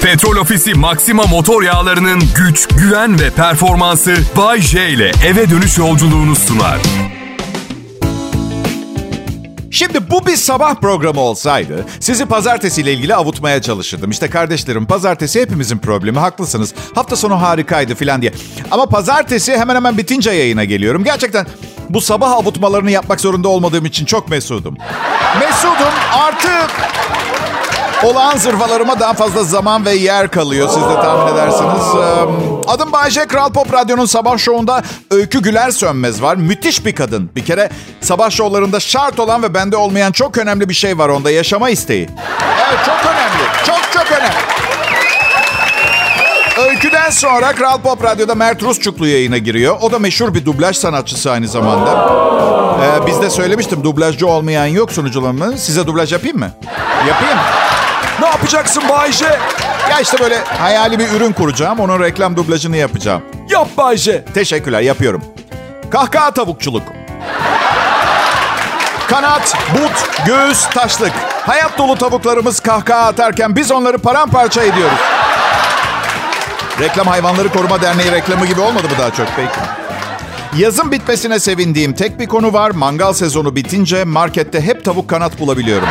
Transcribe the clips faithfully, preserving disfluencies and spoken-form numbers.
Petrol Ofisi Maxima motor yağlarının güç, güven ve performansı Bay J ile eve dönüş yolculuğunu sunar. Şimdi bu bir sabah programı olsaydı sizi pazartesiyle ilgili avutmaya çalışırdım. İşte kardeşlerim, pazartesi hepimizin problemi, haklısınız. Hafta sonu harikaydı falan diye. Ama pazartesi hemen hemen bitince yayına geliyorum. Gerçekten bu sabah avutmalarını yapmak zorunda olmadığım için çok mesudum. Mesudum, artık olağan zırvalarıma daha fazla zaman ve yer kalıyor. Siz de tahmin edersiniz. Adım Bay J. Kral Pop Radyo'nun sabah şovunda Öykü Güler Sönmez var. Müthiş bir kadın. Bir kere sabah şovlarında şart olan ve bende olmayan çok önemli bir şey var onda. Yaşama isteği. Evet, çok önemli. Çok çok önemli. Öyküden sonra Kral Pop Radyo'da Mert Rusçuklu yayına giriyor. O da meşhur bir dublaj sanatçısı aynı zamanda. Ee, biz de söylemiştim, dublajcı olmayan yok sunucularımın. Size dublaj yapayım mı? Yapayım. Ne yapacaksın Bay J? Ya işte böyle hayali bir ürün kuracağım. Onun reklam dublajını yapacağım. Yap Bay J. Teşekkürler, yapıyorum. Kahkaha tavukçuluk. Kanat, but, göğüs, taşlık. Hayat dolu tavuklarımız kahkaha atarken biz onları paramparça ediyoruz. Reklam Hayvanları Koruma Derneği reklamı gibi olmadı mı daha çok peki? Yazın bitmesine sevindiğim tek bir konu var. Mangal sezonu bitince markette hep tavuk kanat bulabiliyorum.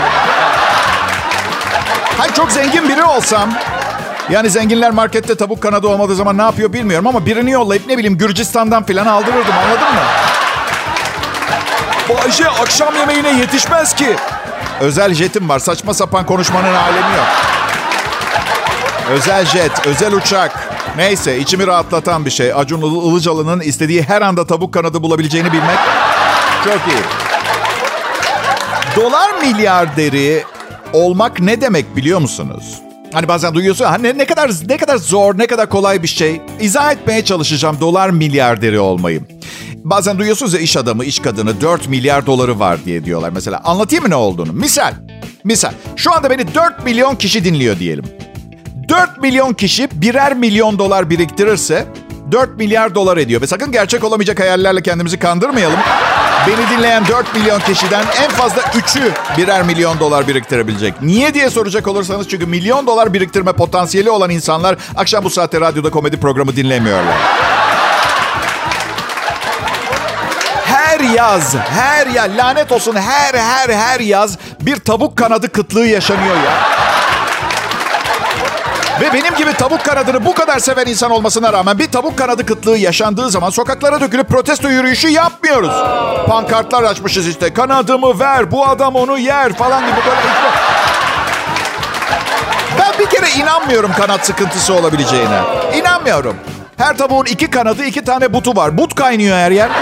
Hayır, çok zengin biri olsam, yani zenginler markette tavuk kanadı olmadığı zaman ne yapıyor bilmiyorum ama birini yollayıp ne bileyim Gürcistan'dan falan aldırırdım, anladın mı? Bay J, akşam yemeğine yetişmez ki. Özel jetim var, saçma sapan konuşmanın alemi yok. Özel jet, özel uçak. Neyse, içimi rahatlatan bir şey. Acun Ilıcalı'nın istediği her anda tavuk kanadı bulabileceğini bilmek çok iyi. Dolar milyarderi olmak ne demek biliyor musunuz? Hani bazen duyuyorsun, ha, ne, ne kadar ne kadar zor, ne kadar kolay bir şey. İzah etmeye çalışacağım dolar milyarderi olmayı. Bazen duyuyorsunuz ya, iş adamı, iş kadını dört milyar doları var diye diyorlar mesela. Anlatayım mı ne olduğunu? Misal, misal. Şu anda beni dört milyon kişi dinliyor diyelim. dört milyon kişi birer milyon dolar biriktirirse dört milyar dolar ediyor. Ve sakın gerçek olamayacak hayallerle kendimizi kandırmayalım. Beni dinleyen dört milyon kişiden en fazla üçü birer milyon dolar biriktirebilecek. Niye diye soracak olursanız, çünkü milyon dolar biriktirme potansiyeli olan insanlar akşam bu saatte radyoda komedi programı dinlemiyorlar. Her yaz, her yaz, lanet olsun her her her yaz bir tavuk kanadı kıtlığı yaşanıyor ya. Ve benim gibi tavuk kanadını bu kadar seven insan olmasına rağmen bir tavuk kanadı kıtlığı yaşandığı zaman sokaklara dökülüp protesto yürüyüşü yapmıyoruz. Pankartlar açmışız işte. Kanadımı ver, bu adam onu yer falan gibi böyle. Ben bir kere inanmıyorum kanat sıkıntısı olabileceğine. İnanmıyorum. Her tavuğun iki kanadı, iki tane butu var. But kaynıyor her yer.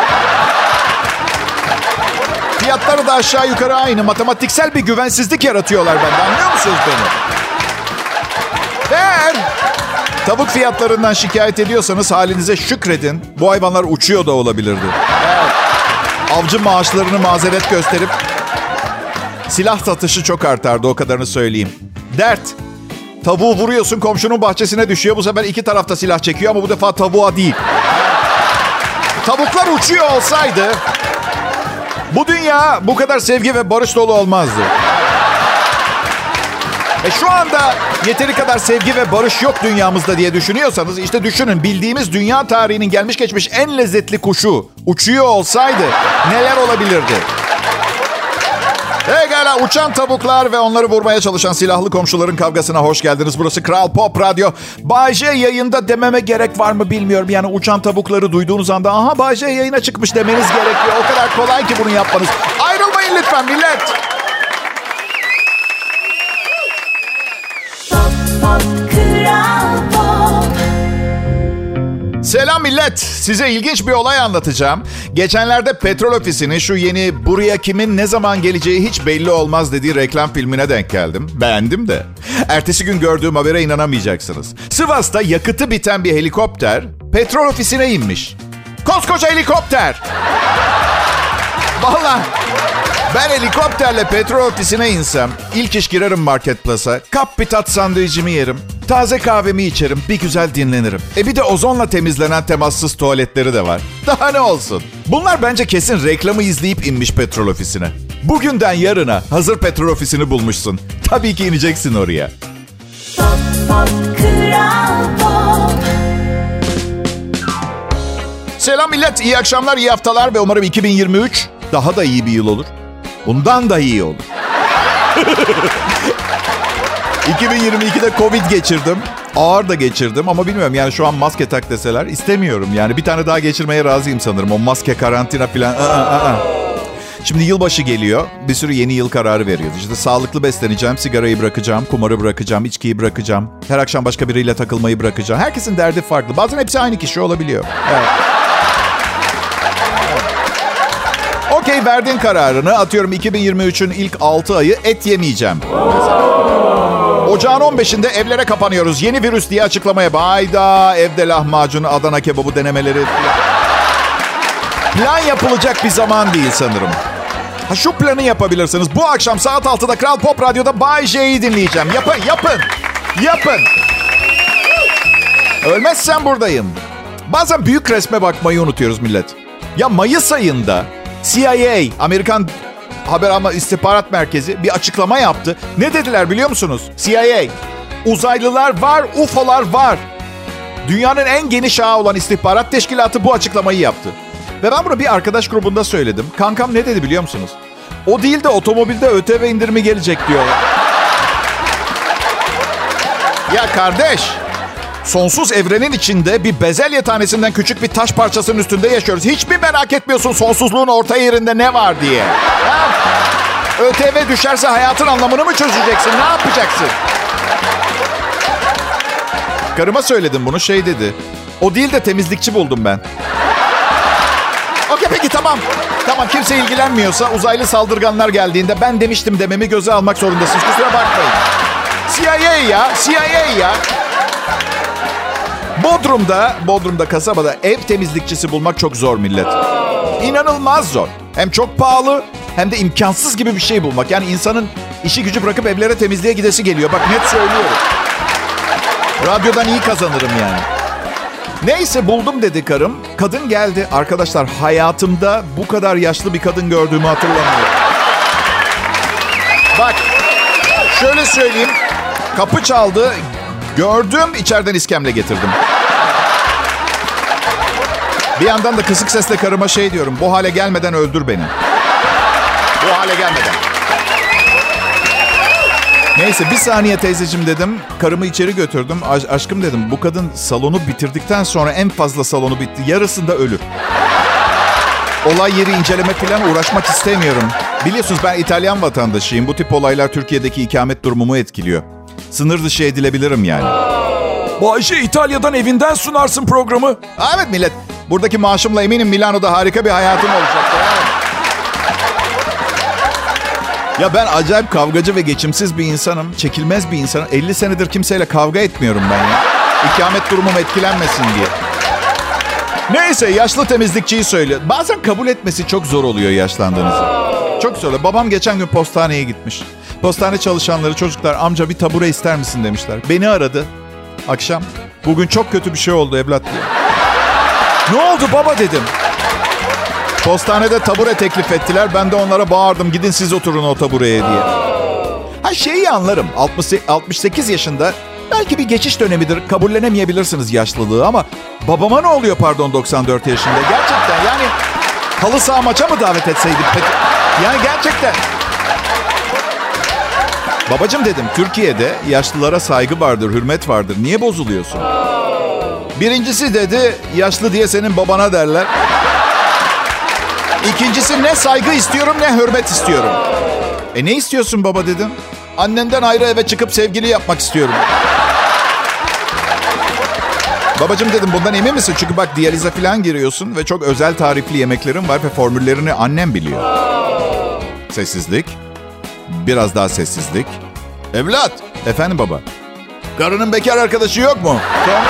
Fiyatları da aşağı yukarı aynı. Matematiksel bir güvensizlik yaratıyorlar bende. Anlıyor musunuz beni? Eğer tavuk fiyatlarından şikayet ediyorsanız halinize şükredin. Bu hayvanlar uçuyor da olabilirdi. Evet. Avcı maaşlarını mazeret gösterip silah satışı çok artardı, o kadarını söyleyeyim. Dert. Tavuğu vuruyorsun, komşunun bahçesine düşüyor. Bu sefer iki tarafta silah çekiyor ama bu defa tavuğa değil. Tavuklar uçuyor olsaydı bu dünya bu kadar sevgi ve barış dolu olmazdı. E şu anda yeteri kadar sevgi ve barış yok dünyamızda diye düşünüyorsanız, işte düşünün, bildiğimiz dünya tarihinin gelmiş geçmiş en lezzetli kuşu uçuyor olsaydı neler olabilirdi? Pekala, uçan tavuklar ve onları vurmaya çalışan silahlı komşuların kavgasına hoş geldiniz. Burası Kral Pop Radyo. Bay J yayında dememe gerek var mı bilmiyorum. Yani uçan tavukları duyduğunuz anda aha Bay J yayına çıkmış demeniz gerekiyor. O kadar kolay ki bunu yapmanız. Ayrılmayın lütfen millet. Selam millet. Size ilginç bir olay anlatacağım. Geçenlerde Petrol Ofisi'nin şu yeni "buraya kimin ne zaman geleceği hiç belli olmaz" dediği reklam filmine denk geldim. Beğendim de. Ertesi gün gördüğüm habere inanamayacaksınız. Sivas'ta yakıtı biten bir helikopter Petrol Ofisi'ne inmiş. Koskoca helikopter. Vallahi ben helikopterle Petrol Ofisi'ne insem ilk iş girerim Marketplace'a. Kap bir tat sandviçimi yerim. Taze kahvemi içerim, bir güzel dinlenirim. E bir de ozonla temizlenen temassız tuvaletleri de var. Daha ne olsun? Bunlar bence kesin reklamı izleyip inmiş Petrol Ofisi'ne. Bugünden yarına hazır Petrol Ofisi'ni bulmuşsun. Tabii ki ineceksin oraya. Pop, pop, Selam millet, iyi akşamlar, iyi haftalar ve umarım iki bin yirmi üç daha da iyi bir yıl olur. Bundan da iyi olur. iki bin yirmi ikide Covid geçirdim. Ağır da geçirdim ama bilmiyorum yani şu an maske tak deseler istemiyorum. Yani bir tane daha geçirmeye razıyım sanırım. O maske, karantina falan. Aa, aa, aa. Şimdi yılbaşı geliyor. Bir sürü yeni yıl kararı veriyoruz. İşte sağlıklı besleneceğim, sigarayı bırakacağım, kumarı bırakacağım, içkiyi bırakacağım. Her akşam başka biriyle takılmayı bırakacağım. Herkesin derdi farklı. Bazen hepsi aynı kişi olabiliyor. Evet. Okey, verdiğin kararını. Atıyorum iki bin yirmi üçün ilk altı ayı et yemeyeceğim. Ocağın on beşinde evlere kapanıyoruz. Yeni virüs diye açıklamaya. Hayda, evde lahmacunu, Adana kebabı denemeleri. Plan yapılacak bir zaman değil sanırım. Ha, şu planı yapabilirsiniz. Bu akşam saat altıda Kral Pop Radyo'da Bay J'yi dinleyeceğim. Yapın, yapın, yapın. Ölmezsem buradayım. Bazen büyük resme bakmayı unutuyoruz millet. Ya Mayıs ayında C I A, Amerikan Haber ama İstihbarat Merkezi bir açıklama yaptı. Ne dediler biliyor musunuz? C I A, uzaylılar var, U F O'lar var. Dünyanın en geniş ağı olan istihbarat teşkilatı bu açıklamayı yaptı. Ve ben bunu bir arkadaş grubunda söyledim. Kankam ne dedi biliyor musunuz? O değil de otomobilde ÖTV indirimi gelecek diyorlar. Ya kardeş, sonsuz evrenin içinde bir bezelye tanesinden küçük bir taş parçasının üstünde yaşıyoruz. Hiç mi merak etmiyorsun sonsuzluğun orta yerinde ne var diye? Ha? ÖTV düşerse hayatın anlamını mı çözeceksin? Ne yapacaksın? Karıma söyledim bunu, şey dedi. O değil de temizlikçi buldum ben. Okey peki tamam. Tamam, kimse ilgilenmiyorsa uzaylı saldırganlar geldiğinde ben demiştim dememi göze almak zorundasınız. Kusura bakmayın. C I A ya, C I A ya. Bodrum'da, Bodrum'da kasabada ev temizlikçisi bulmak çok zor millet. İnanılmaz zor. Hem çok pahalı hem de imkansız gibi bir şey bulmak. Yani insanın işi gücü bırakıp evlere temizliğe gidesi geliyor. Bak net söylüyorum. Radyodan iyi kazanırım yani. Neyse buldum dedi karım. Kadın geldi. Arkadaşlar hayatımda bu kadar yaşlı bir kadın gördüğümü hatırlamıyorum. Bak şöyle söyleyeyim. Kapı çaldı. Gördüm, içeriden iskemle getirdim. Bir yandan da kısık sesle karıma şey diyorum. Bu hale gelmeden öldür beni. Bu hale gelmeden. Neyse bir saniye teyzeciğim dedim. Karımı içeri götürdüm. Aş- aşkım dedim, bu kadın salonu bitirdikten sonra en fazla salonu bitti. Yarısında ölür. Olay yeri inceleme falan uğraşmak istemiyorum. Biliyorsunuz ben İtalyan vatandaşıyım. Bu tip olaylar Türkiye'deki ikamet durumumu etkiliyor. Sınır dışı edilebilirim yani. Bayşe, İtalya'dan evinden sunarsın programı. Evet millet. Buradaki maaşımla eminim Milano'da harika bir hayatım olacaktır. Ya ben acayip kavgacı ve geçimsiz bir insanım. Çekilmez bir insanım. elli senedir kimseyle kavga etmiyorum ben ya. İkamet durumum etkilenmesin diye. Neyse yaşlı temizlikçiyi söyle. Bazen kabul etmesi çok zor oluyor yaşlandığınızı. Çok zor. Babam geçen gün postaneye gitmiş. Postane çalışanları, çocuklar, amca bir tabure ister misin demişler. Beni aradı akşam. Bugün çok kötü bir şey oldu evlat diye. Ne oldu baba dedim. Postanede tabure teklif ettiler. Ben de onlara bağırdım. Gidin siz oturun o tabureye diye. Ha şeyi anlarım. altmış sekiz yaşında belki bir geçiş dönemidir. Kabullenemeyebilirsiniz yaşlılığı ama babama ne oluyor pardon doksan dört yaşında? Gerçekten yani halı saha maça mı davet etseydik peki? Yani gerçekten. Babacım dedim, Türkiye'de yaşlılara saygı vardır, hürmet vardır. Niye bozuluyorsun? Birincisi dedi, yaşlı diye senin babana derler. İkincisi ne saygı istiyorum ne hürmet istiyorum. E ne istiyorsun baba dedim. Annenden ayrı eve çıkıp sevgili yapmak istiyorum. Babacım dedim, bundan emin misin? Çünkü bak diyalize falan giriyorsun ve çok özel tarifli yemeklerin var ve formüllerini annem biliyor. Sessizlik. Biraz daha sessizlik. Evlat. Efendim baba. Karının bekar arkadaşı yok mu?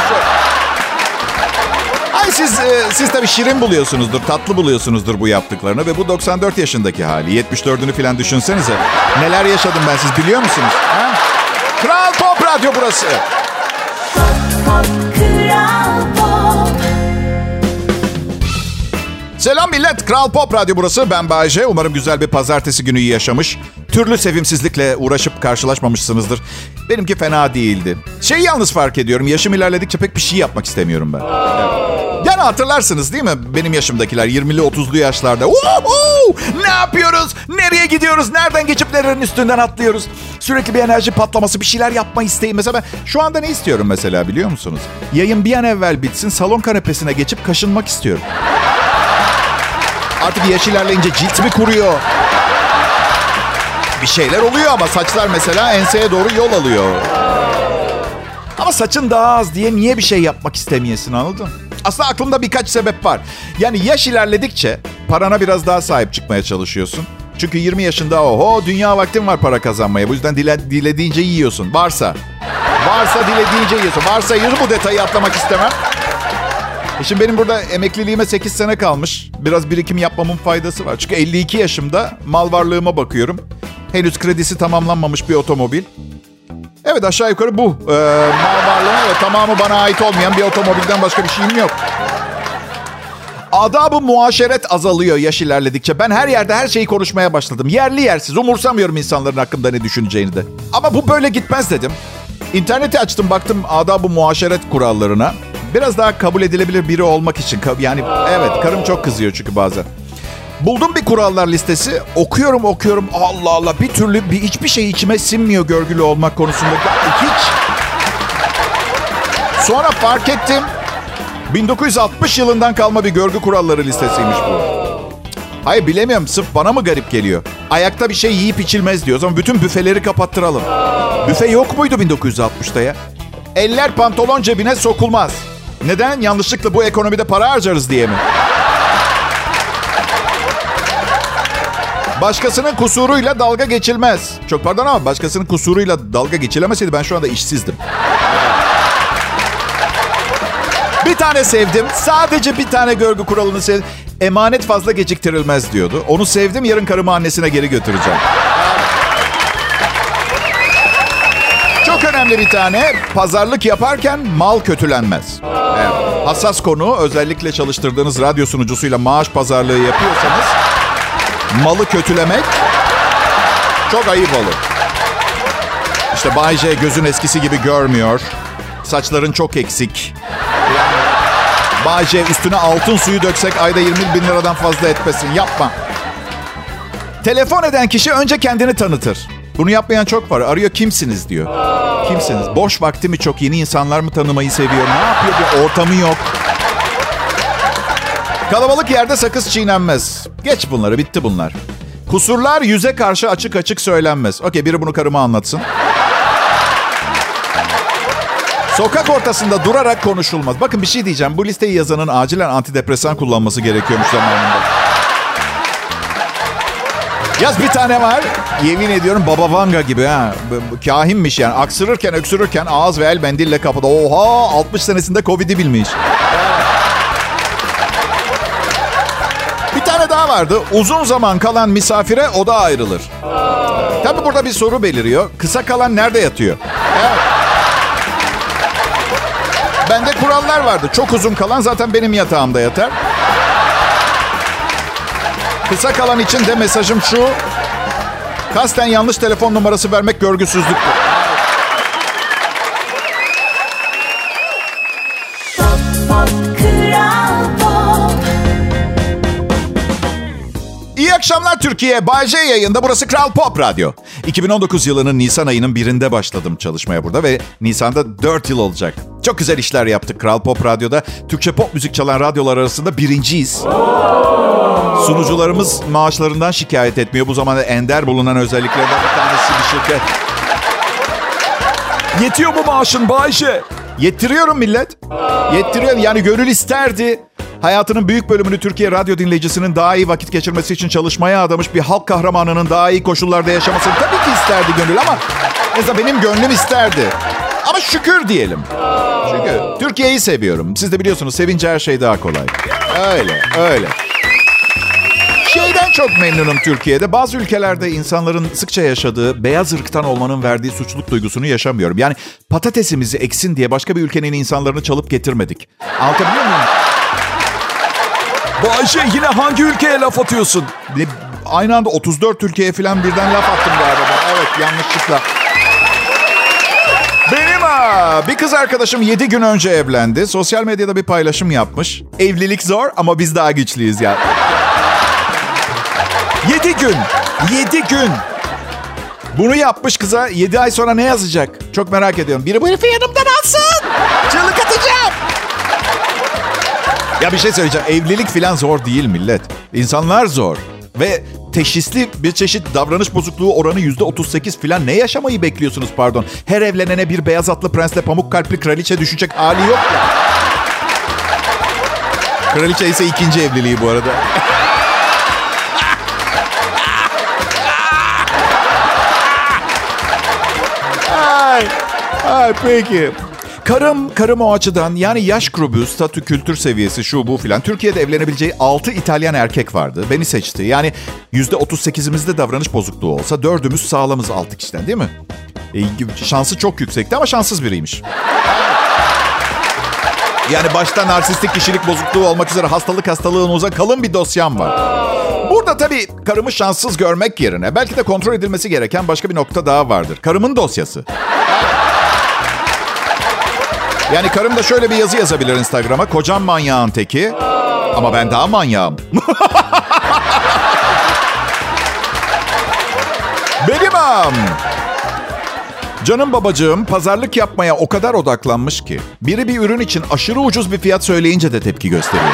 Ay siz, e, siz tabii şirin buluyorsunuzdur, tatlı buluyorsunuzdur bu yaptıklarını ve bu doksan dört yaşındaki hali. yetmiş dördünü falan düşünsenize. Neler yaşadım ben, siz biliyor musunuz? Ha? Kral Pop Radyo burası. Pop, pop, Kral Pop. Selam Selam millet. Kral Pop Radyo burası. Ben Bay J. Umarım güzel bir pazartesi günü yaşamış. Türlü sevimsizlikle uğraşıp karşılaşmamışsınızdır. Benimki fena değildi. Şeyi yalnız fark ediyorum. Yaşım ilerledikçe pek bir şey yapmak istemiyorum ben. Evet. Yani hatırlarsınız değil mi? Benim yaşımdakiler yirmili otuzlu yaşlarda. Woohoo! Ne yapıyoruz? Nereye gidiyoruz? Nereden geçip nerenin üstünden atlıyoruz? Sürekli bir enerji patlaması, bir şeyler yapma isteği. Mesela ben şu anda ne istiyorum mesela biliyor musunuz? Yayın bir an evvel bitsin, salon kanepesine geçip kaşınmak istiyorum. Artık yaş ilerleyince cilt mi kuruyor? Bir şeyler oluyor ama saçlar mesela enseye doğru yol alıyor. Ama saçın daha az diye niye bir şey yapmak istemiyorsun, anladın? Aslında aklımda birkaç sebep var. Yani yaş ilerledikçe parana biraz daha sahip çıkmaya çalışıyorsun. Çünkü yirmi yaşında oho dünya vaktin var para kazanmaya. Bu yüzden dile, dilediğince yiyorsun. Varsa. Varsa dilediğince yiyorsun. Varsa yiyorsun, bu detayı atlamak istemem. E şimdi benim burada emekliliğime sekiz sene kalmış. Biraz birikim yapmamın faydası var. Çünkü elli iki yaşımda mal varlığıma bakıyorum. Henüz kredisi tamamlanmamış bir otomobil. Evet, aşağı yukarı bu. Ee, mal varlığım ve tamamı bana ait olmayan bir otomobilden başka bir şeyim yok. Adab-ı muaşeret azalıyor yaş ilerledikçe. Ben her yerde her şeyi konuşmaya başladım. Yerli yersiz umursamıyorum insanların hakkında ne düşüneceğini de. Ama bu böyle gitmez dedim. İnterneti açtım, baktım adab-ı muaşeret kurallarına. Biraz daha kabul edilebilir biri olmak için. Yani evet, karım çok kızıyor çünkü bazen. Buldum bir kurallar listesi. Okuyorum okuyorum. Allah Allah, bir türlü bir hiçbir şey içime sinmiyor görgülü olmak konusunda. Hiç. Sonra fark ettim. bin dokuz yüz altmış yılından kalma bir görgü kuralları listesiymiş bu. Hayır, bilemiyorum, sırf bana mı garip geliyor? Ayakta bir şey yiyip içilmez diyor. O zaman bütün büfeleri kapattıralım. Büfe yok muydu bin dokuz yüz altmışta ya? Eller pantolon cebine sokulmaz. Neden? Yanlışlıkla bu ekonomide para harcarız diye mi? Başkasının kusuruyla dalga geçilmez. Çok pardon ama başkasının kusuruyla dalga geçilemeseydi ben şu anda işsizdim. Bir tane sevdim. Sadece bir tane görgü kuralını sevdim. Emanet fazla geciktirilmez diyordu. Onu sevdim, yarın karımı annesine geri götüreceğim. Çok önemli bir tane. Pazarlık yaparken mal kötülenmez. Evet. Hassas konu, özellikle çalıştırdığınız radyo sunucusuyla maaş pazarlığı yapıyorsanız malı kötülemek çok ayıp olur. İşte Bay J gözün eskisi gibi görmüyor. Saçların çok eksik. Bay J üstüne altın suyu döksek ayda yirmi bin liradan fazla etmesin. Yapma. Telefon eden kişi önce kendini tanıtır. Bunu yapmayan çok var. Arıyor, kimsiniz diyor. Kimsiniz? Boş vakti mi çok? Yeni insanlar mı tanımayı seviyor? Ne yapıyor? Bir ortamı yok. Kalabalık yerde sakız çiğnenmez. Geç bunları, bitti bunlar. Kusurlar yüze karşı açık açık söylenmez. Okey, biri bunu karıma anlatsın. Sokak ortasında durarak konuşulmaz. Bakın bir şey diyeceğim. Bu listeyi yazanın acilen antidepresan kullanması gerekiyormuş zamanında. Yaz bir tane var. Yemin ediyorum Baba Vanga gibi ha. Kahinmiş yani. Aksırırken öksürürken ağız ve el mendille kapıda. Oha, altmış senesinde Covid'i bilmiş. Bir tane daha vardı. Uzun zaman kalan misafire oda ayrılır. Tabii burada bir soru beliriyor. Kısa kalan nerede yatıyor? Evet. Bende kurallar vardı. Çok uzun kalan zaten benim yatağımda yatar. Kısa kalan için de mesajım şu: kasten yanlış telefon numarası vermek görgüsüzlüktür. İyi akşamlar Türkiye. Bay J yayında. Burası Kral Pop Radyo. iki bin on dokuz yılının Nisan ayının birinde başladım çalışmaya burada ve Nisan'da dört yıl olacak. Çok güzel işler yaptık Kral Pop Radyo'da. Türkçe pop müzik çalan radyolar arasında birinciyiz. Sunucularımız maaşlarından şikayet etmiyor. Bu zamanda ender bulunan özelliklerden bir tanesi bir şirket. Yetiyor mu maaşın Bay J? Yettiriyorum millet. Yettiriyorum. Yani gönül isterdi. Hayatının büyük bölümünü Türkiye radyo dinleyicisinin daha iyi vakit geçirmesi için çalışmaya adamış bir halk kahramanının daha iyi koşullarda yaşamasını tabii ki isterdi gönül ama mesela benim gönlüm isterdi. Ama şükür diyelim. Çünkü Türkiye'yi seviyorum. Siz de biliyorsunuz, sevince her şey daha kolay. Öyle, öyle. Şeyden çok memnunum Türkiye'de. Bazı ülkelerde insanların sıkça yaşadığı beyaz ırktan olmanın verdiği suçluluk duygusunu yaşamıyorum. Yani patatesimizi eksin diye başka bir ülkenin insanlarını çalıp getirmedik. Anlatabiliyor muyum? Bayşe yine hangi ülkeye laf atıyorsun? Aynı anda otuz dört ülkeye falan birden laf attım galiba. Evet, yanlışlıkla. Benim ha, bir kız arkadaşım yedi gün önce evlendi. Sosyal medyada bir paylaşım yapmış. Evlilik zor ama biz daha güçlüyüz ya. yedi gün. yedi gün. Bunu yapmış kıza. yedi ay sonra ne yazacak? Çok merak ediyorum. Biri bu herifi yanımdan alsın. Çığlık atacağım. Ya bir şey söyleyeceğim. Evlilik falan zor değil millet. İnsanlar zor. Ve teşhisli bir çeşit davranış bozukluğu oranı yüzde otuz sekiz falan. Ne yaşamayı bekliyorsunuz pardon? Her evlenene bir beyaz atlı prensle pamuk kalpli kraliçe düşecek hali yok ya. Kraliçe ise ikinci evliliği bu arada. ay, ay peki. Karım, karım o açıdan yani yaş grubu, statü, kültür seviyesi şu bu filan. Türkiye'de evlenebileceği altı İtalyan erkek vardı. Beni seçti. Yani yüzde otuz sekizimizde davranış bozukluğu olsa dördümüz sağlamız altı kişiden değil mi? E, şansı çok yüksekti ama şanssız biriymiş. Yani başta narsistik kişilik bozukluğu olmak üzere hastalık hastalığınıza kalın bir dosyam var. Burada tabii karımı şanssız görmek yerine belki de kontrol edilmesi gereken başka bir nokta daha vardır. Karımın dosyası. Yani karım da şöyle bir yazı yazabilir Instagram'a. Kocam manyağın teki ama ben daha manyağım. Benim am. Canım babacığım pazarlık yapmaya o kadar odaklanmış ki biri bir ürün için aşırı ucuz bir fiyat söyleyince de tepki gösteriyor.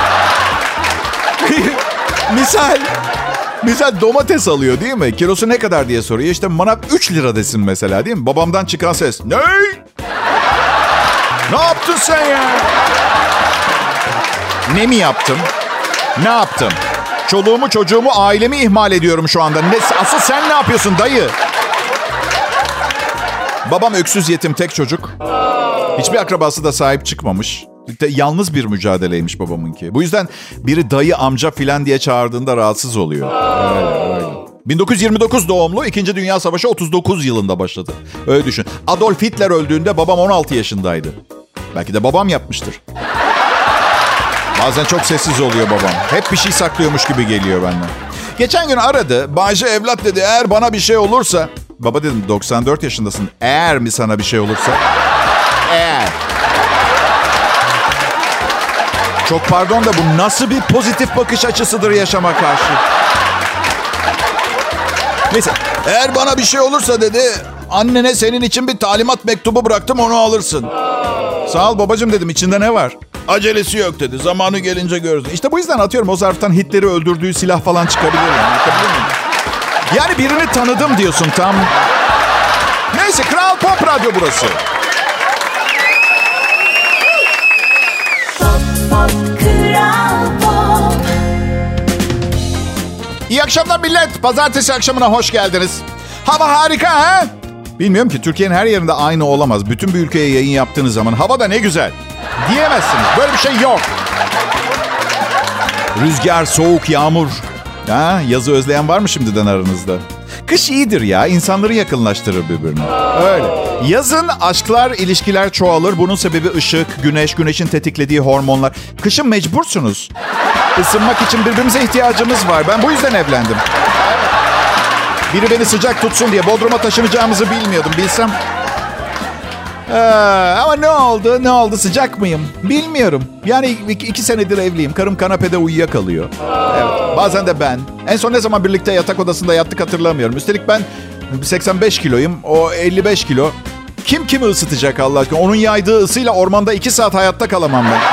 Misal, misal domates alıyor değil mi? Kilosu ne kadar diye soruyor. İşte manav üç lira desin mesela değil mi? Babamdan çıkan ses. Ne? Ne yaptın sen ya? Ne mi yaptım? Ne yaptım? Çoluğumu, çocuğumu, ailemi ihmal ediyorum şu anda. Ne, asıl sen ne yapıyorsun dayı? Babam öksüz yetim tek çocuk. Hiçbir akrabası da sahip çıkmamış. Yalnız bir mücadeleymiş babamınki. Bu yüzden biri dayı, amca filan diye çağırdığında rahatsız oluyor. Öyle, öyle. bin dokuz yüz yirmi dokuz doğumlu, İkinci Dünya Savaşı otuz dokuz yılında başladı. Öyle düşün. Adolf Hitler öldüğünde babam on altı yaşındaydı. Belki de babam yapmıştır. Bazen çok sessiz oluyor babam. Hep bir şey saklıyormuş gibi geliyor benden. Geçen gün aradı. Bayce evlat dedi, eğer bana bir şey olursa... Baba dedim, doksan dört yaşındasın. Eğer mi sana bir şey olursa? Eğer. Çok pardon da bu nasıl bir pozitif bakış açısıdır yaşama karşı? Neyse, eğer bana bir şey olursa dedi, annene senin için bir talimat mektubu bıraktım, onu alırsın. Sağ ol babacığım dedim, içinde ne var? Acelesi yok dedi, zamanı gelince görürsün. İşte bu yüzden atıyorum o zarftan Hitler'i öldürdüğü silah falan çıkabilir yani. Yani birini tanıdım diyorsun tam. Neyse, Kral Pop Radyo burası. İyi akşamlar millet. Pazartesi akşamına hoş geldiniz. Hava harika ha? Bilmiyorum ki, Türkiye'nin her yerinde aynı olamaz. Bütün bir ülkeye yayın yaptığınız zaman hava da ne güzel diyemezsiniz. Böyle bir şey yok. Rüzgar, soğuk, yağmur. Ha, yazı özleyen var mı şimdiden aranızda? Kış iyidir ya. İnsanları yakınlaştırır birbirine. Öyle. Yazın aşklar, ilişkiler çoğalır. Bunun sebebi ışık, güneş, güneşin tetiklediği hormonlar. Kışın mecbursunuz. Isınmak için birbirimize ihtiyacımız var. Ben bu yüzden evlendim. Biri beni sıcak tutsun diye Bodrum'a taşınacağımızı bilmiyordum. Bilsem. Ee, ama ne oldu? Ne oldu? Sıcak mıyım? Bilmiyorum. Yani iki, iki senedir evliyim. Karım kanapede uyuyakalıyor. Evet. Bazen de ben. En son ne zaman birlikte yatak odasında yattık hatırlamıyorum. Üstelik ben seksen beş kiloyum. O elli beş kilo. Kim kimi ısıtacak Allah aşkına? Onun yaydığı ısıyla ormanda iki saat hayatta kalamam ben.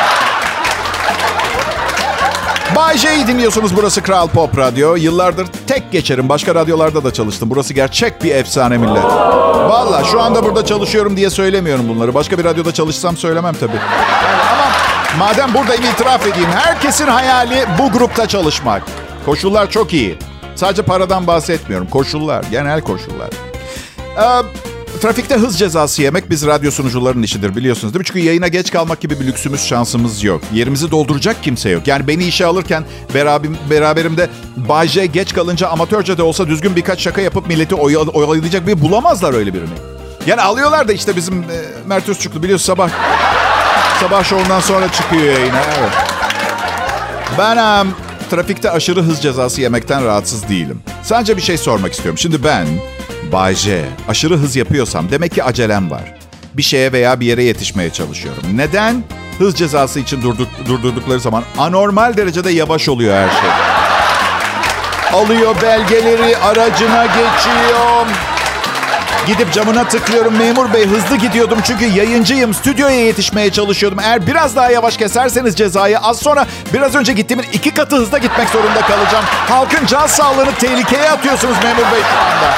Bay J'yi dinliyorsunuz. Burası Kral Pop Radyo. Yıllardır tek geçerim. Başka radyolarda da çalıştım. Burası gerçek bir efsane millet. Valla şu anda burada çalışıyorum diye söylemiyorum bunları. Başka bir radyoda çalışsam söylemem tabii. Yani ama madem buradayım itiraf edeyim. Herkesin hayali bu grupta çalışmak. Koşullar çok iyi. Sadece paradan bahsetmiyorum. Koşullar, genel koşullar. Ee, trafikte hız cezası yemek biz radyo sunucularının işidir biliyorsunuz değil mi? Çünkü yayına geç kalmak gibi bir lüksümüz, şansımız yok. Yerimizi dolduracak kimse yok. Yani beni işe alırken beraber, beraberimde Bay J geç kalınca amatörce de olsa düzgün birkaç şaka yapıp milleti oyal- oyalayacak bir bulamazlar öyle birini. Yani alıyorlar da işte bizim e, Mert Özçuklu biliyorsun sabah sabah şovundan sonra çıkıyor yayına. Evet. Ben um, trafikte aşırı hız cezası yemekten rahatsız değilim. Sadece bir şey sormak istiyorum. Şimdi ben, Bay J, aşırı hız yapıyorsam demek ki acelem var. Bir şeye veya bir yere yetişmeye çalışıyorum. Neden? Hız cezası için durdur, durdurdukları zaman anormal derecede yavaş oluyor her şey. Alıyor belgeleri, aracına geçiyor. Gidip camına tıklıyorum. Memur bey, hızlı gidiyordum çünkü yayıncıyım. Stüdyoya yetişmeye çalışıyordum. Eğer biraz daha yavaş keserseniz cezayı, az sonra biraz önce gittiğimin iki katı hızda gitmek zorunda kalacağım. Halkın can sağlığını tehlikeye atıyorsunuz memur bey şu anda.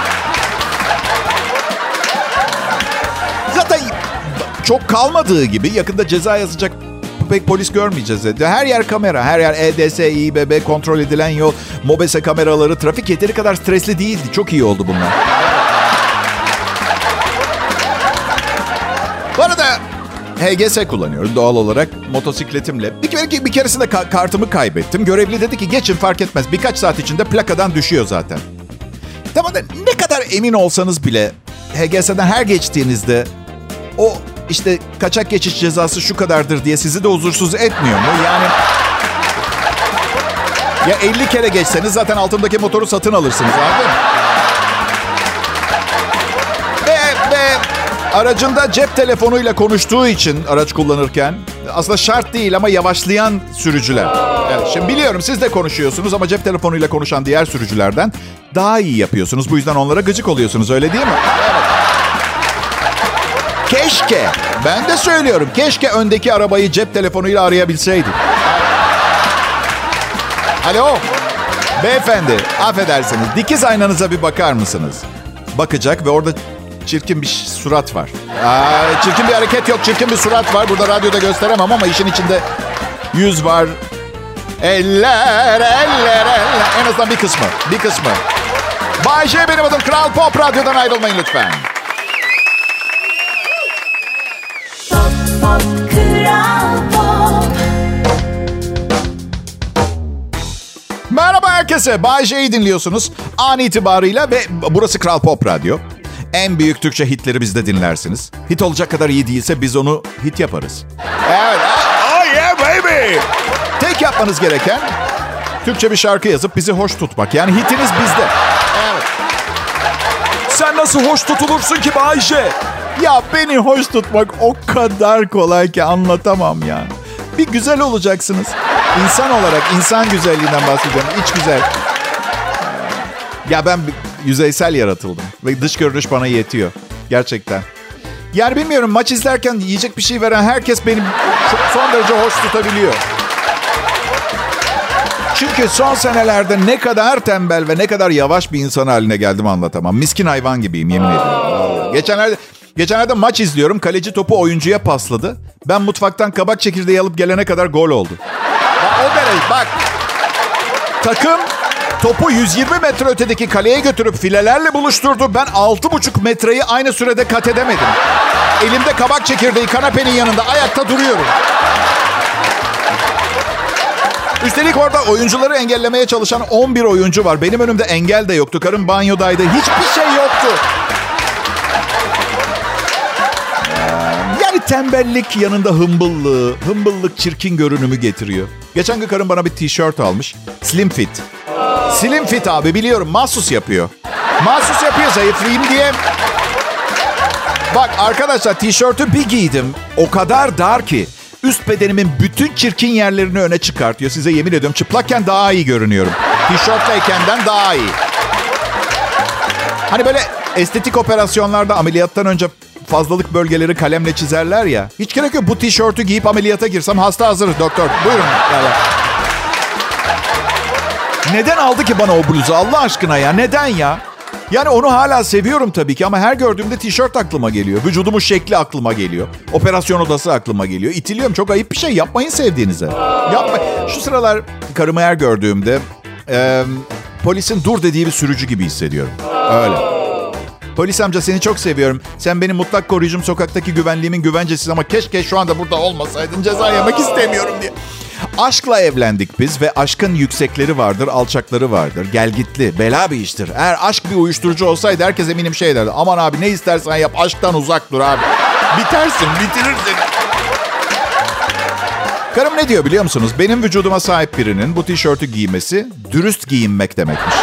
Zaten çok kalmadığı gibi yakında ceza yazacak pek polis görmeyeceğiz. Her yer kamera, her yer E D S, İBB, kontrol edilen yol, MOBESE kameraları. Trafik yeteri kadar stresli değildi. Çok iyi oldu bunlar. Bu arada H G S kullanıyorum doğal olarak motosikletimle. Bir, kere, bir keresinde ka- kartımı kaybettim. Görevli dedi ki geçin fark etmez. Birkaç saat içinde plakadan düşüyor zaten. Tamam da ne kadar emin olsanız bile H G S'den her geçtiğinizde o işte kaçak geçiş cezası şu kadardır diye sizi de huzursuz etmiyor mu? Yani ya elli kere geçseniz zaten altındaki motoru satın alırsınız abi. Ve, ve aracında cep telefonuyla konuştuğu için araç kullanırken aslında şart değil ama yavaşlayan sürücüler. Evet, şimdi biliyorum siz de konuşuyorsunuz ama cep telefonuyla konuşan diğer sürücülerden daha iyi yapıyorsunuz. Bu yüzden onlara gıcık oluyorsunuz, öyle değil mi? Evet. Keşke, ben de söylüyorum, keşke öndeki arabayı cep telefonuyla arayabilseydik. Alo, beyefendi, affedersiniz, dikiz aynanıza bir bakar mısınız? Bakacak ve orada çirkin bir surat var. Aa, çirkin bir hareket yok, çirkin bir surat var. Burada radyoda gösteremem ama işin içinde yüz var. Eller, eller, eller. En azından bir kısmı, bir kısmı. Bay J benim adım, Kral Pop Radyo'dan ayrılmayın lütfen. Merhaba herkese. Bay J'yi dinliyorsunuz an itibarıyla ve burası Kral Pop Radyo. En büyük Türkçe hitleri bizde dinlersiniz. Hit olacak kadar iyi değilse biz onu hit yaparız. Evet. Oh yeah baby. Tek yapmanız gereken Türkçe bir şarkı yazıp bizi hoş tutmak. Yani hitiniz bizde. Evet. Sen nasıl hoş tutulursun ki Bay J? Ya beni hoş tutmak o kadar kolay ki anlatamam ya. Bir güzel olacaksınız. İnsan olarak insan güzelliğinden bahsediyorum. İç güzel. Ya ben yüzeysel yaratıldım. Ve dış görünüş bana yetiyor. Gerçekten. Yani bilmiyorum, maç izlerken yiyecek bir şey veren herkes beni son derece hoş tutabiliyor. Çünkü son senelerde ne kadar tembel ve ne kadar yavaş bir insan haline geldim anlatamam. Miskin hayvan gibiyim yemin ederim. Geçenlerde, geçenlerde maç izliyorum. Kaleci topu oyuncuya pasladı. Ben mutfaktan kabak çekirdeği alıp gelene kadar gol oldu. O derece bak. Takım topu yüz yirmi metre ötedeki kaleye götürüp filelerle buluşturdu. Ben altı buçuk metreyi aynı sürede kat edemedim. Elimde kabak çekirdeği kanepenin yanında ayakta duruyorum. Üstelik orada oyuncuları engellemeye çalışan on bir oyuncu var. Benim önümde engel de yoktu. Karım banyodaydı. Hiçbir şey yoktu. Yani tembellik yanında hımbıllığı, hımbıllık çirkin görünümü getiriyor. Geçen gün karım bana bir tişört almış. Slim Fit. Slim Fit abi biliyorum, mahsus yapıyor. Mahsus yapıyor zayıflayayım diye. Bak arkadaşlar, tişörtü bir giydim. O kadar dar ki üst bedenimin bütün çirkin yerlerini öne çıkartıyor. Size yemin ediyorum, çıplakken daha iyi görünüyorum. Tişörtleykenden daha iyi. Hani böyle estetik operasyonlarda ameliyattan önce fazlalık bölgeleri kalemle çizerler ya. Hiç gerek yok, bu tişörtü giyip ameliyata girsem hasta hazır doktor. Buyurun. Yani. Neden aldı ki bana o bluzu Allah aşkına ya? Neden ya? Yani onu hala seviyorum tabii ki ama her gördüğümde tişört aklıma geliyor. Vücudumun şekli aklıma geliyor. Operasyon odası aklıma geliyor. İtiliyorum. Çok ayıp bir şey. Yapmayın sevdiğinize. Yapmayın. Şu sıralar karımı her gördüğümde e, polisin dur dediği bir sürücü gibi hissediyorum. Öyle. Polis amca seni çok seviyorum. Sen benim mutlak koruyucum, sokaktaki güvenliğimin güvencesisin ama keşke şu anda burada olmasaydın. Ceza yemek istemiyorum diye. Aşkla evlendik biz ve aşkın yüksekleri vardır, alçakları vardır. Gelgitli, bela bir iştir. Eğer aşk bir uyuşturucu olsaydı herkes eminim şey derdi. Aman abi ne istersen yap, aşktan uzak dur abi. Bitersin, bitirirsin. Karım ne diyor biliyor musunuz? Benim vücuduma sahip birinin bu tişörtü giymesi dürüst giyinmek demekmiş.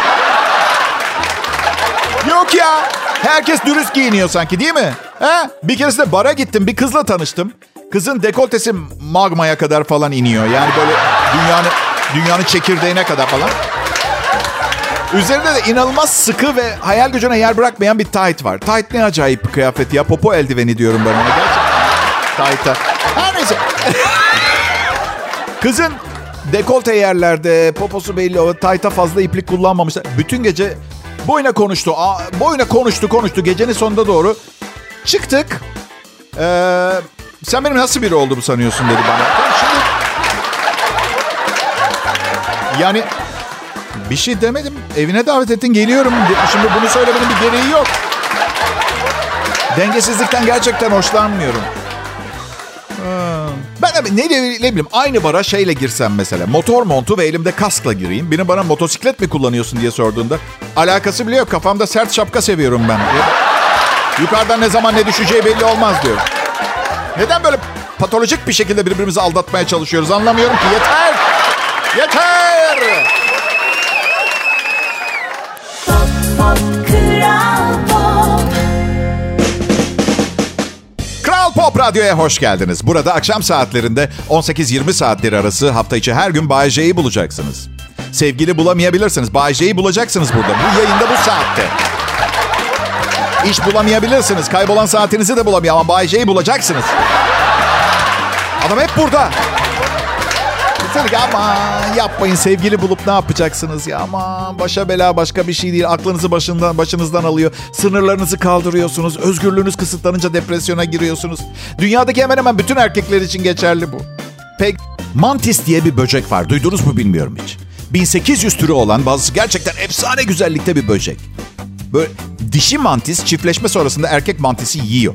Yok ya. Herkes dürüst giyiniyor sanki, değil mi? He? Bir keresinde bara gittim. Bir kızla tanıştım. Kızın dekoltesi magmaya kadar falan iniyor. Yani böyle dünyanın dünyanın çekirdeğine kadar falan. Üzerinde de inanılmaz sıkı ve hayal gücüne yer bırakmayan bir tight var. Tight ne acayip bir kıyafet ya. Popo eldiveni diyorum ben ona. Gerçekten. Tight'a. Her neyse. Kızın dekolte yerlerde, poposu belli. O tight'a fazla iplik kullanmamışlar. Bütün gece boyuna konuştu. Boyuna konuştu konuştu. Gecenin sonunda doğru çıktık. Ee, sen benim nasıl biri olduğumu sanıyorsun dedi bana. Şimdi, yani bir şey demedim. Evine davet ettin, geliyorum. Şimdi bunu söylemenin bir gereği yok. Dengesizlikten gerçekten hoşlanmıyorum. Ben de ne, ne bileyim aynı bara şeyle girsem mesela. Motor montu ve elimde kaskla gireyim. Biri bana motosiklet mi kullanıyorsun diye sorduğunda alakası bile yok. Kafamda sert şapka seviyorum ben. Yukarıdan ne zaman ne düşeceği belli olmaz diyor. Neden böyle patolojik bir şekilde birbirimizi aldatmaya çalışıyoruz anlamıyorum ki. Yeter! Yeter! Kral Pop Radyo'ya hoş geldiniz. Burada akşam saatlerinde on sekiz yirmi saatleri arası hafta içi her gün Bay J'yi bulacaksınız. Sevgili bulamayabilirsiniz. Bay J'yi bulacaksınız burada. Bu yayında bu saatte. İş bulamayabilirsiniz. Kaybolan saatinizi de bulamıyor ama Bay J'yi bulacaksınız. Adam hep burada. Ama yapmayın, sevgili bulup ne yapacaksınız ya? Ama başa bela başka bir şey değil. Aklınızı başından, başınızdan alıyor. Sınırlarınızı kaldırıyorsunuz. Özgürlüğünüz kısıtlanınca depresyona giriyorsunuz. Dünyadaki hemen hemen bütün erkekler için geçerli bu. Pek mantis diye bir böcek var. Duydunuz mu bilmiyorum hiç. bin sekiz yüz türü olan, bazısı gerçekten efsane güzellikte bir böcek. Böyle dişi mantis çiftleşme sonrasında erkek mantisi yiyor.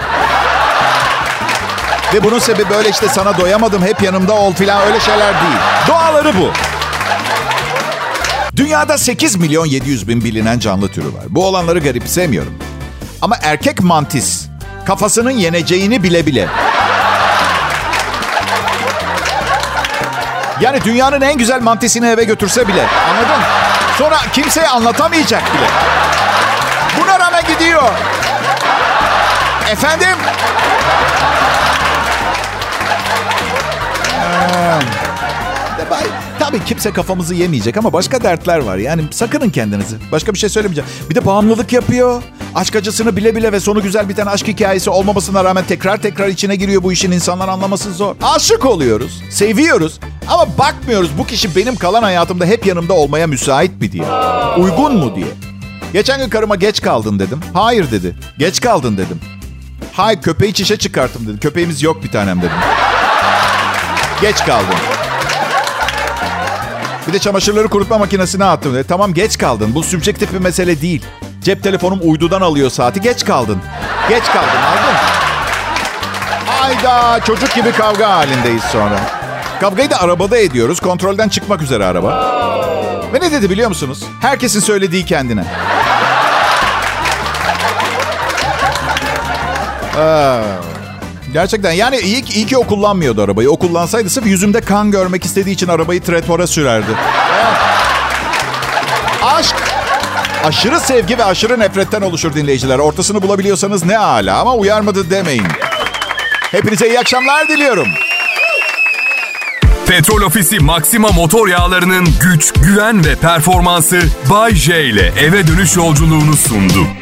Ve bunun sebebi böyle işte sana doyamadım, hep yanımda ol filan öyle şeyler değil. Doğaları bu. Dünyada sekiz milyon yedi yüz bin bilinen canlı türü var. Bu olanları garipsemiyorum. Ama erkek mantis kafasının yeneceğini bile bile. Yani dünyanın en güzel mantisini eve götürse bile. Anladın? Sonra kimseye anlatamayacak bile. Buna rağmen gidiyor. Efendim? Tabii kimse kafamızı yemeyecek ama başka dertler var. Yani sakının kendinizi. Başka bir şey söylemeyeceğim. Bir de bağımlılık yapıyor. Aşk acısını bile bile ve sonu güzel biten aşk hikayesi olmamasına rağmen tekrar tekrar içine giriyor bu işin. İnsanlar anlaması zor. Aşık oluyoruz. Seviyoruz. Ama bakmıyoruz bu kişi benim kalan hayatımda hep yanımda olmaya müsait mi diye. Uygun mu diye. Geçen gün karıma geç kaldın dedim. Hayır dedi. Geç kaldın dedim. Hayır, köpeği çişe çıkarttım dedi. Köpeğimiz yok bir tanem dedim. Geç kaldım. Bir de çamaşırları kurutma makinesine attım dedi. Tamam, geç kaldın. Bu sübjektif bir mesele değil. Cep telefonum uydudan alıyor saati. Geç kaldın. Geç kaldın, aldın. Hayda, çocuk gibi kavga halindeyiz sonra. Kavgayı da arabada ediyoruz. Kontrolden çıkmak üzere araba. Ve ne dedi biliyor musunuz? Herkesin söylediği kendine. Aa, gerçekten yani iyi, iyi ki o kullanmıyordu arabayı. O kullansaydı sırf yüzümde kan görmek istediği için arabayı tretora sürerdi. Evet. Aşk, aşırı sevgi ve aşırı nefretten oluşur dinleyiciler. Ortasını bulabiliyorsanız ne âlâ ama uyarmadı demeyin. Hepinize iyi akşamlar diliyorum. Petrol Ofisi Maxima motor yağlarının güç, güven ve performansı Bay J ile eve dönüş yolculuğunu sundu.